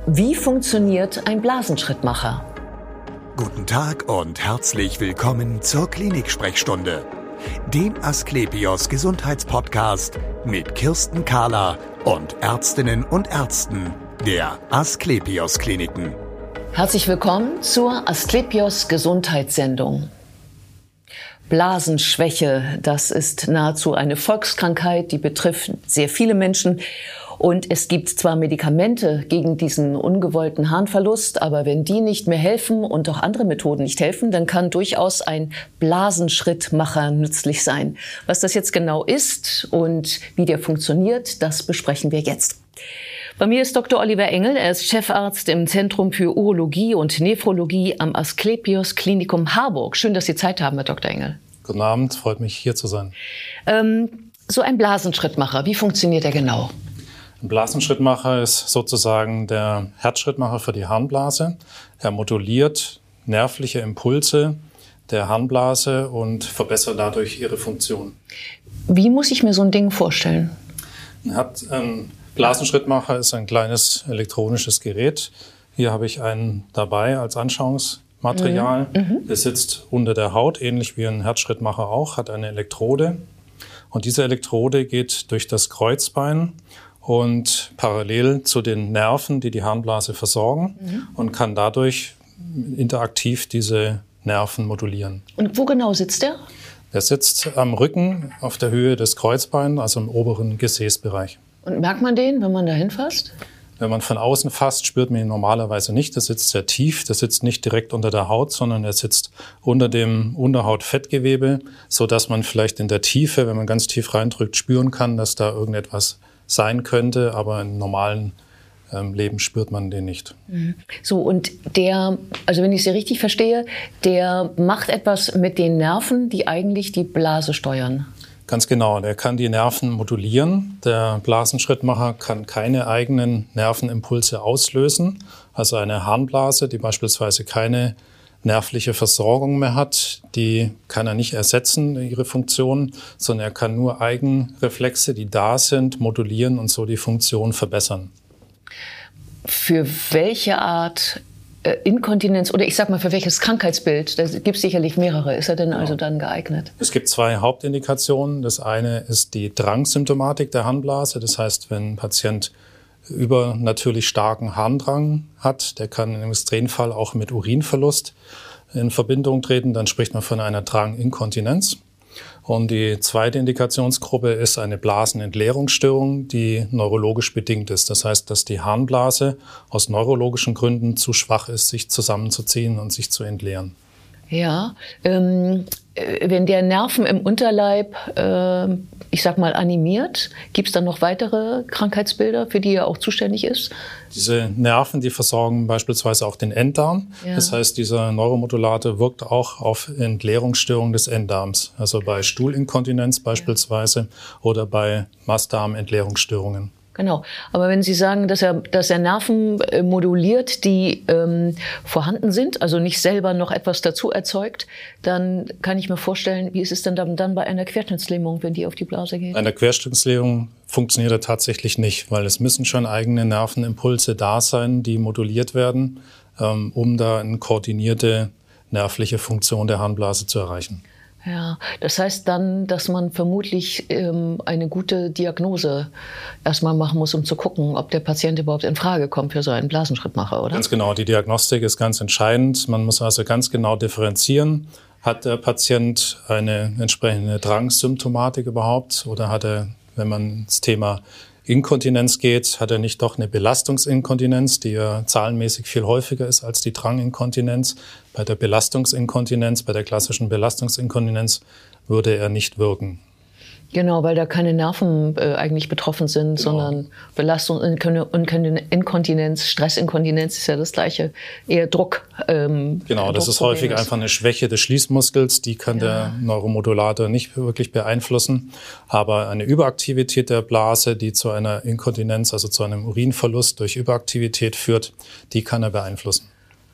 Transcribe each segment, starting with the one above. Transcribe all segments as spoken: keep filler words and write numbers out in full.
Wie funktioniert ein Blasenschrittmacher? Guten Tag und herzlich willkommen zur Klinik-Sprechstunde, dem Asklepios Gesundheitspodcast mit Kirsten Kahler und Ärztinnen und Ärzten der Asklepios Kliniken. Herzlich willkommen zur Asklepios Gesundheitssendung. Blasenschwäche, das ist nahezu eine Volkskrankheit, die betrifft sehr viele Menschen. Und es gibt zwar Medikamente gegen diesen ungewollten Harnverlust, aber wenn die nicht mehr helfen und auch andere Methoden nicht helfen, dann kann durchaus ein Blasenschrittmacher nützlich sein. Was das jetzt genau ist und wie der funktioniert, das besprechen wir jetzt. Bei mir ist Doktor Oliver Engel, er ist Chefarzt im Zentrum für Urologie und Nephrologie am Asklepios Klinikum Harburg. Schön, dass Sie Zeit haben, Herr Doktor Engel. Guten Abend, freut mich, hier zu sein. Ähm, so ein Blasenschrittmacher, wie funktioniert er genau? Ein Blasenschrittmacher ist sozusagen der Herzschrittmacher für die Harnblase. Er moduliert nervliche Impulse der Harnblase und verbessert dadurch ihre Funktion. Wie muss ich mir so ein Ding vorstellen? Hat, ein Blasenschrittmacher ist ein kleines elektronisches Gerät. Hier habe ich einen dabei als Anschauungsmaterial. Mhm. Der sitzt unter der Haut, ähnlich wie ein Herzschrittmacher auch, hat eine Elektrode. Und diese Elektrode geht durch das Kreuzbein und parallel zu den Nerven, die die Harnblase versorgen, mhm. und kann dadurch interaktiv diese Nerven modulieren. Und wo genau sitzt der? Der sitzt am Rücken auf der Höhe des Kreuzbeins, also im oberen Gesäßbereich. Und merkt man den, wenn man da hinfasst? Wenn man von außen fasst, spürt man ihn normalerweise nicht. Der sitzt sehr tief, der sitzt nicht direkt unter der Haut, sondern er sitzt unter dem Unterhautfettgewebe, sodass man vielleicht in der Tiefe, wenn man ganz tief reindrückt, spüren kann, dass da irgendetwas sein könnte, aber im normalen ähm, Leben spürt man den nicht. So, und der, also wenn ich Sie richtig verstehe, der macht etwas mit den Nerven, die eigentlich die Blase steuern. Ganz genau, der kann die Nerven modulieren. Der Blasenschrittmacher kann keine eigenen Nervenimpulse auslösen. Also eine Harnblase, die beispielsweise keine nervliche Versorgung mehr hat, die kann er nicht ersetzen, ihre Funktion, sondern er kann nur Eigenreflexe, die da sind, modulieren und so die Funktion verbessern. Für welche Art äh, Inkontinenz oder ich sag mal für welches Krankheitsbild, da gibt es sicherlich mehrere, ist er denn also dann geeignet? Es gibt zwei Hauptindikationen. Das eine ist die Drangsymptomatik der Harnblase, das heißt, wenn ein Patient übernatürlich starken Harndrang hat, der kann im Extremfall auch mit Urinverlust in Verbindung treten, dann spricht man von einer Dranginkontinenz. Und die zweite Indikationsgruppe ist eine Blasenentleerungsstörung, die neurologisch bedingt ist. Das heißt, dass die Harnblase aus neurologischen Gründen zu schwach ist, sich zusammenzuziehen und sich zu entleeren. Ja, ähm, wenn der Nerven im Unterleib, äh, ich sag mal, animiert, gibt es dann noch weitere Krankheitsbilder, für die er auch zuständig ist? Diese Nerven, die versorgen beispielsweise auch den Enddarm. Ja. Das heißt, dieser Neuromodulator wirkt auch auf Entleerungsstörungen des Enddarms. Also bei Stuhlinkontinenz beispielsweise, ja, oder bei Mastdarmentleerungsstörungen. Genau. Aber wenn Sie sagen, dass er, dass er Nerven äh, moduliert, die ähm, vorhanden sind, also nicht selber noch etwas dazu erzeugt, dann kann ich mir vorstellen, wie ist es denn dann, dann bei einer Querschnittslähmung, wenn die auf die Blase geht? Bei einer Querschnittslähmung funktioniert er tatsächlich nicht, weil es müssen schon eigene Nervenimpulse da sein, die moduliert werden, ähm, um da eine koordinierte nervliche Funktion der Harnblase zu erreichen. Ja, das heißt dann, dass man vermutlich ähm, eine gute Diagnose erstmal machen muss, um zu gucken, ob der Patient überhaupt in Frage kommt für so einen Blasenschrittmacher, oder? Ganz genau, die Diagnostik ist ganz entscheidend. Man muss also ganz genau differenzieren. Hat der Patient eine entsprechende Drangsymptomatik überhaupt oder hat er, wenn man ins Thema Inkontinenz geht, hat er nicht doch eine Belastungsinkontinenz, die ja zahlenmäßig viel häufiger ist als die Dranginkontinenz. Bei der Belastungsinkontinenz, bei der klassischen Belastungsinkontinenz würde er nicht wirken. Genau, weil da keine Nerven äh, eigentlich betroffen sind, genau, sondern Belastung, Inkontinenz, Stressinkontinenz ist ja das Gleiche, eher Druck. Ähm, genau, das ist häufig einfach eine Schwäche des Schließmuskels, die kann ja der Neuromodulator nicht wirklich beeinflussen. Aber eine Überaktivität der Blase, die zu einer Inkontinenz, also zu einem Urinverlust durch Überaktivität führt, die kann er beeinflussen.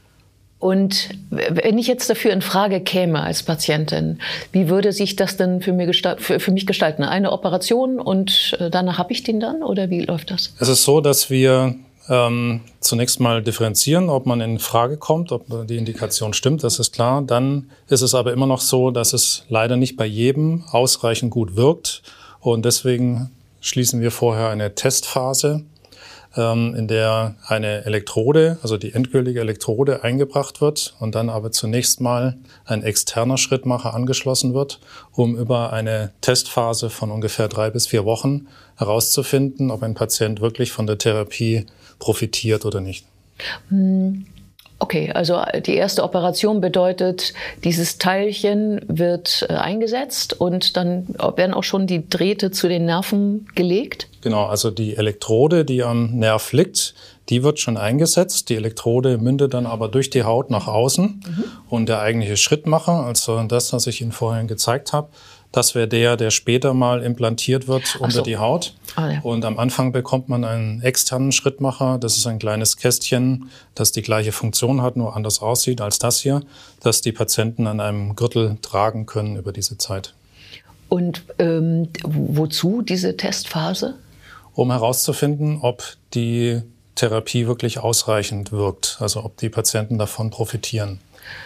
Und wenn ich jetzt dafür in Frage käme als Patientin, wie würde sich das denn für, mir gestalt, für, für mich gestalten? Eine Operation und danach habe ich den dann oder wie läuft das? Es ist so, dass wir ähm, zunächst mal differenzieren, ob man in Frage kommt, ob die Indikation stimmt, das ist klar. Dann ist es aber immer noch so, dass es leider nicht bei jedem ausreichend gut wirkt. Und deswegen schließen wir vorher eine Testphase, ähm, in der eine Elektrode, also die endgültige Elektrode, eingebracht wird und dann aber zunächst mal ein externer Schrittmacher angeschlossen wird, um über eine Testphase von ungefähr drei bis vier Wochen herauszufinden, ob ein Patient wirklich von der Therapie profitiert oder nicht. Okay, also die erste Operation bedeutet, dieses Teilchen wird äh, eingesetzt und dann werden auch schon die Drähte zu den Nerven gelegt? Genau, also die Elektrode, die am Nerv liegt, die wird schon eingesetzt. Die Elektrode mündet dann aber durch die Haut nach außen. Mhm. Und der eigentliche Schrittmacher, also das, was ich Ihnen vorhin gezeigt habe, das wäre der, der später mal implantiert wird unter so. die Haut. Ah, ja. Und am Anfang bekommt man einen externen Schrittmacher. Das ist ein kleines Kästchen, das die gleiche Funktion hat, nur anders aussieht als das hier, das die Patienten an einem Gürtel tragen können über diese Zeit. Und ähm, wozu diese Testphase? Um herauszufinden, ob die Therapie wirklich ausreichend wirkt, also ob die Patienten davon profitieren.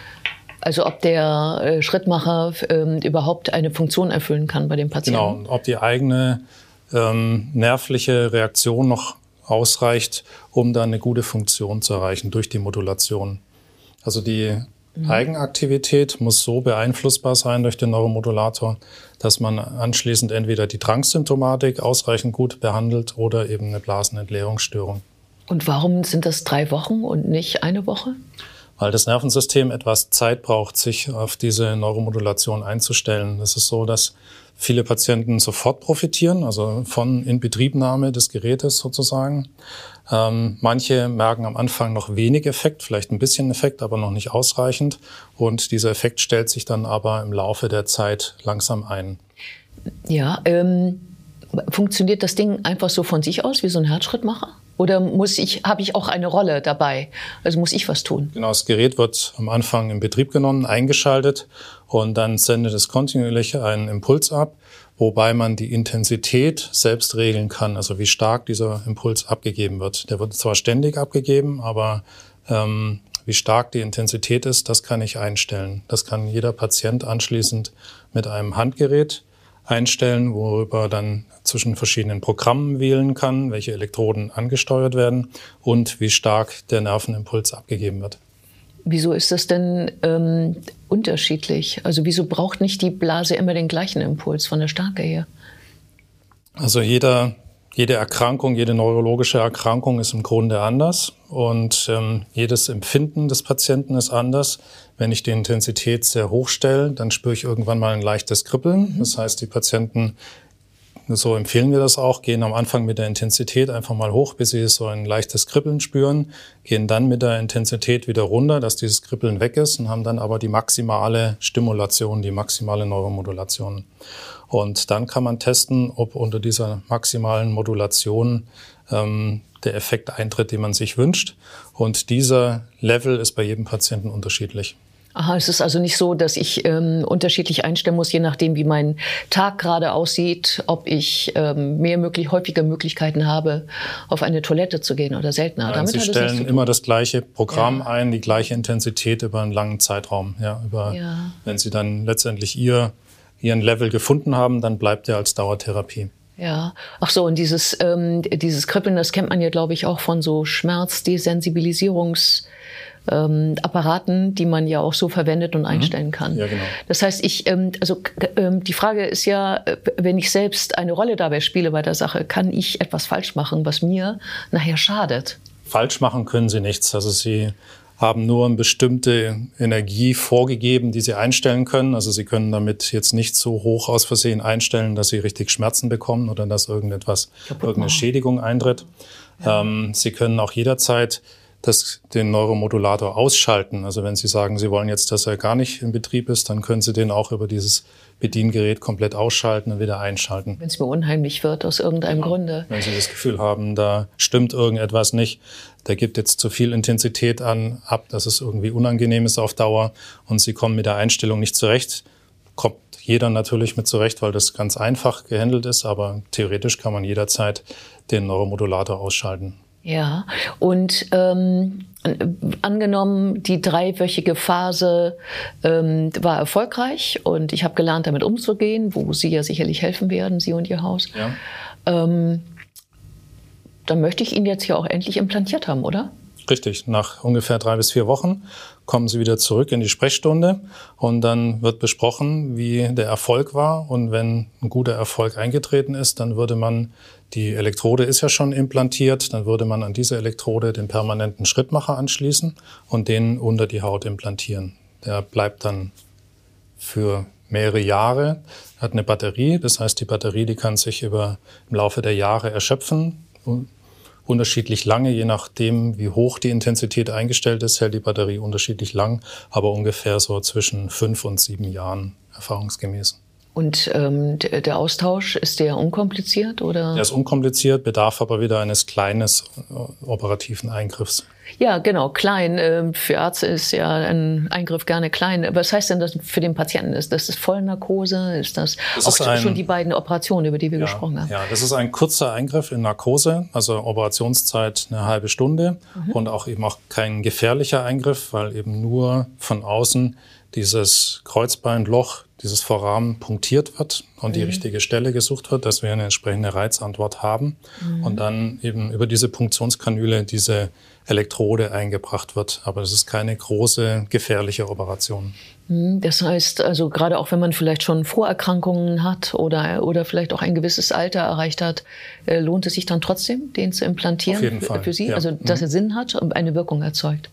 Also ob der äh, Schrittmacher ähm, überhaupt eine Funktion erfüllen kann bei dem Patienten. Genau, und ob die eigene ähm, nervliche Reaktion noch ausreicht, um dann eine gute Funktion zu erreichen durch die Modulation. Also die mhm. Eigenaktivität muss so beeinflussbar sein durch den Neuromodulator, dass man anschließend entweder die Drangsymptomatik ausreichend gut behandelt oder eben eine Blasenentleerungsstörung. Und warum sind das drei Wochen und nicht eine Woche? Weil das Nervensystem etwas Zeit braucht, sich auf diese Neuromodulation einzustellen. Es ist so, dass viele Patienten sofort profitieren, also von Inbetriebnahme des Gerätes sozusagen. Ähm, manche merken am Anfang noch wenig Effekt, vielleicht ein bisschen Effekt, aber noch nicht ausreichend. Und dieser Effekt stellt sich dann aber im Laufe der Zeit langsam ein. Ja, ähm, funktioniert das Ding einfach so von sich aus wie so ein Herzschrittmacher? Oder muss ich, habe ich auch eine Rolle dabei? Also muss ich was tun? Genau, das Gerät wird am Anfang in Betrieb genommen, eingeschaltet und dann sendet es kontinuierlich einen Impuls ab, wobei man die Intensität selbst regeln kann, also wie stark dieser Impuls abgegeben wird. Der wird zwar ständig abgegeben, aber ähm, wie stark die Intensität ist, das kann ich einstellen. Das kann jeder Patient anschließend mit einem Handgerät einstellen, worüber dann zwischen verschiedenen Programmen wählen kann, welche Elektroden angesteuert werden und wie stark der Nervenimpuls abgegeben wird. Wieso ist das denn ähm, unterschiedlich? Also wieso braucht nicht die Blase immer den gleichen Impuls von der Stärke her? Also jeder, jede Erkrankung, jede neurologische Erkrankung ist im Grunde anders und ähm, jedes Empfinden des Patienten ist anders. Wenn ich die Intensität sehr hoch stelle, dann spüre ich irgendwann mal ein leichtes Kribbeln. Mhm. Das heißt, die Patienten, so empfehlen wir das auch, gehen am Anfang mit der Intensität einfach mal hoch, bis sie so ein leichtes Kribbeln spüren, gehen dann mit der Intensität wieder runter, dass dieses Kribbeln weg ist und haben dann aber die maximale Stimulation, die maximale Neuromodulation. Und dann kann man testen, ob unter dieser maximalen Modulation ähm, der Effekt eintritt, den man sich wünscht. Und dieser Level ist bei jedem Patienten unterschiedlich. Aha, es ist also nicht so, dass ich ähm, unterschiedlich einstellen muss, je nachdem, wie mein Tag gerade aussieht, ob ich ähm, mehr möglich, häufiger Möglichkeiten habe, auf eine Toilette zu gehen oder seltener. Nein, Damit Sie hat stellen das immer das gleiche Programm ja. ein, die gleiche Intensität über einen langen Zeitraum. Ja, über, ja. Wenn Sie dann letztendlich ihr, Ihren Level gefunden haben, dann bleibt er als Dauertherapie. Ja, ach so, und dieses, ähm, dieses Kribbeln, das kennt man ja, glaube ich, auch von so Schmerzdesensibilisierungs- Ähm, Apparaten, die man ja auch so verwendet und einstellen mhm. kann. Ja, genau. Das heißt, ich, ähm, also ähm, die Frage ist ja, wenn ich selbst eine Rolle dabei spiele bei der Sache, kann ich etwas falsch machen, was mir nachher schadet? Falsch machen können Sie nichts. Also Sie haben nur eine bestimmte Energie vorgegeben, die Sie einstellen können. Also Sie können damit jetzt nicht so hoch aus Versehen einstellen, dass Sie richtig Schmerzen bekommen oder dass irgendetwas, irgendeine Schädigung eintritt. Ja. Ähm, Sie können auch jederzeit das, den Neuromodulator ausschalten. Also wenn Sie sagen, Sie wollen jetzt, dass er gar nicht in Betrieb ist, dann können Sie den auch über dieses Bediengerät komplett ausschalten und wieder einschalten. Wenn es mir unheimlich wird, aus irgendeinem genau. Grunde. Wenn Sie das Gefühl haben, da stimmt irgendetwas nicht, der gibt jetzt zu viel Intensität an, ab, dass es irgendwie unangenehm ist auf Dauer und Sie kommen mit der Einstellung nicht zurecht, kommt jeder natürlich mit zurecht, weil das ganz einfach gehandelt ist, aber theoretisch kann man jederzeit den Neuromodulator ausschalten. Ja, und ähm, angenommen, die dreiwöchige Phase ähm, war erfolgreich und ich habe gelernt, damit umzugehen, wo Sie ja sicherlich helfen werden, Sie und Ihr Haus. Ja. Ähm, dann möchte ich ihn jetzt hier auch endlich implantiert haben, oder? Richtig, nach ungefähr drei bis vier Wochen kommen Sie wieder zurück in die Sprechstunde und dann wird besprochen, wie der Erfolg war. Und wenn ein guter Erfolg eingetreten ist, dann würde man, die Elektrode ist ja schon implantiert, dann würde man an diese Elektrode den permanenten Schrittmacher anschließen und den unter die Haut implantieren. Der bleibt dann für mehrere Jahre, hat eine Batterie, das heißt, die Batterie, die kann sich über im Laufe der Jahre erschöpfen. Unterschiedlich lange, je nachdem, wie hoch die Intensität eingestellt ist, hält die Batterie unterschiedlich lang, aber ungefähr so zwischen fünf und sieben Jahren erfahrungsgemäß. Und ähm, der Austausch, ist der unkompliziert, oder? Der ist unkompliziert, bedarf aber wieder eines kleinen äh, operativen Eingriffs. Ja, genau, klein. Ähm, für Ärzte ist ja ein Eingriff gerne klein. Was heißt denn das für den Patienten? Ist das Vollnarkose? Ist das, das auch ist ein, schon die beiden Operationen, über die wir ja, gesprochen haben? Ja, das ist ein kurzer Eingriff in Narkose, also Operationszeit eine halbe Stunde mhm. und auch eben auch kein gefährlicher Eingriff, weil eben nur von außen dieses Kreuzbeinloch, dieses Vorrahmen punktiert wird und mhm. die richtige Stelle gesucht wird, dass wir eine entsprechende Reizantwort haben mhm. und dann eben über diese Punktionskanüle diese Elektrode eingebracht wird. Aber das ist keine große, gefährliche Operation. Das heißt, also gerade auch wenn man vielleicht schon Vorerkrankungen hat oder, oder vielleicht auch ein gewisses Alter erreicht hat, äh, lohnt es sich dann trotzdem, den zu implantieren? Auf jeden für, Fall. für Sie? Ja. Also, dass mhm. er Sinn hat und eine Wirkung erzeugt.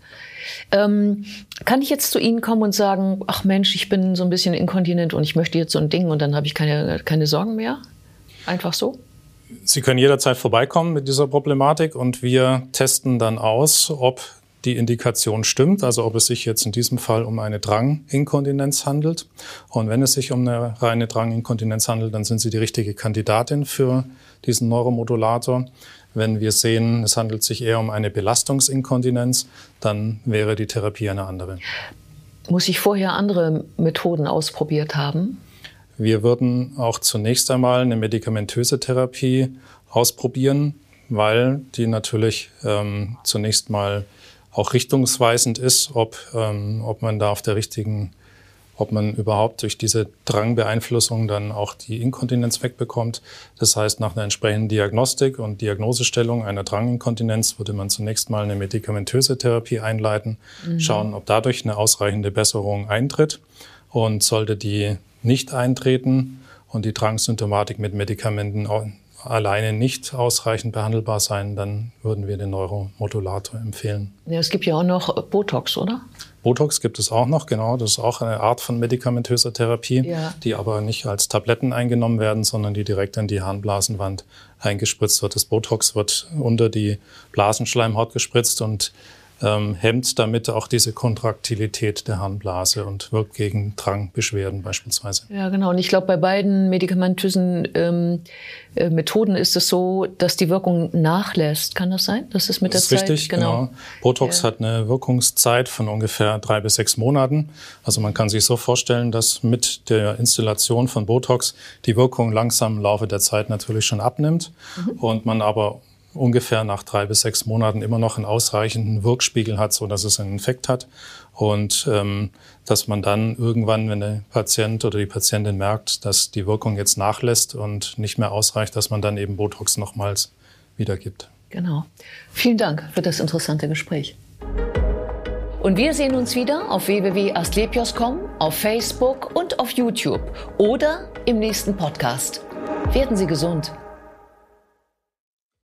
Ähm, kann ich jetzt zu Ihnen kommen und sagen, ach Mensch, ich bin so ein bisschen inkontinent und ich möchte jetzt so ein Ding und dann habe ich keine, keine Sorgen mehr? Einfach so? Sie können jederzeit vorbeikommen mit dieser Problematik und wir testen dann aus, ob die Indikation stimmt, also ob es sich jetzt in diesem Fall um eine Dranginkontinenz handelt. Und wenn es sich um eine reine Dranginkontinenz handelt, dann sind Sie die richtige Kandidatin für diesen Neuromodulator. Wenn wir sehen, es handelt sich eher um eine Belastungsinkontinenz, dann wäre die Therapie eine andere. Muss ich vorher andere Methoden ausprobiert haben? Wir würden auch zunächst einmal eine medikamentöse Therapie ausprobieren, weil die natürlich ähm, zunächst mal auch richtungsweisend ist, ob, ähm, ob man da auf der richtigen, ob man überhaupt durch diese Drangbeeinflussung dann auch die Inkontinenz wegbekommt. Das heißt, nach einer entsprechenden Diagnostik und Diagnosestellung einer Dranginkontinenz würde man zunächst mal eine medikamentöse Therapie einleiten, mhm. schauen, ob dadurch eine ausreichende Besserung eintritt. Und sollte die nicht eintreten und die Drangsymptomatik mit Medikamenten alleine nicht ausreichend behandelbar sein, dann würden wir den Neuromodulator empfehlen. Ja, es gibt ja auch noch Botox, oder? Botox gibt es auch noch, genau. Das ist auch eine Art von medikamentöser Therapie, ja. die aber nicht als Tabletten eingenommen werden, sondern die direkt in die Harnblasenwand eingespritzt wird. Das Botox wird unter die Blasenschleimhaut gespritzt und ähm, hemmt damit auch diese Kontraktilität der Harnblase und wirkt gegen Drangbeschwerden beispielsweise. Ja, genau. Und ich glaube, bei beiden medikamentösen ähm, äh, Methoden ist es so, dass die Wirkung nachlässt. Kann das sein? Das ist mit das der ist Zeit? Richtig, genau. genau. Botox ja. hat eine Wirkungszeit von ungefähr drei bis sechs Monaten. Also man kann sich so vorstellen, dass mit der Installation von Botox die Wirkung langsam im Laufe der Zeit natürlich schon abnimmt mhm. und man aber ungefähr nach drei bis sechs Monaten immer noch einen ausreichenden Wirkspiegel hat, so dass es einen Effekt hat. Und ähm, dass man dann irgendwann, wenn der Patient oder die Patientin merkt, dass die Wirkung jetzt nachlässt und nicht mehr ausreicht, dass man dann eben Botox nochmals wiedergibt. Genau. Vielen Dank für das interessante Gespräch. Und wir sehen uns wieder auf w w w punkt asklepios punkt com, auf Facebook und auf YouTube oder im nächsten Podcast. Werden Sie gesund!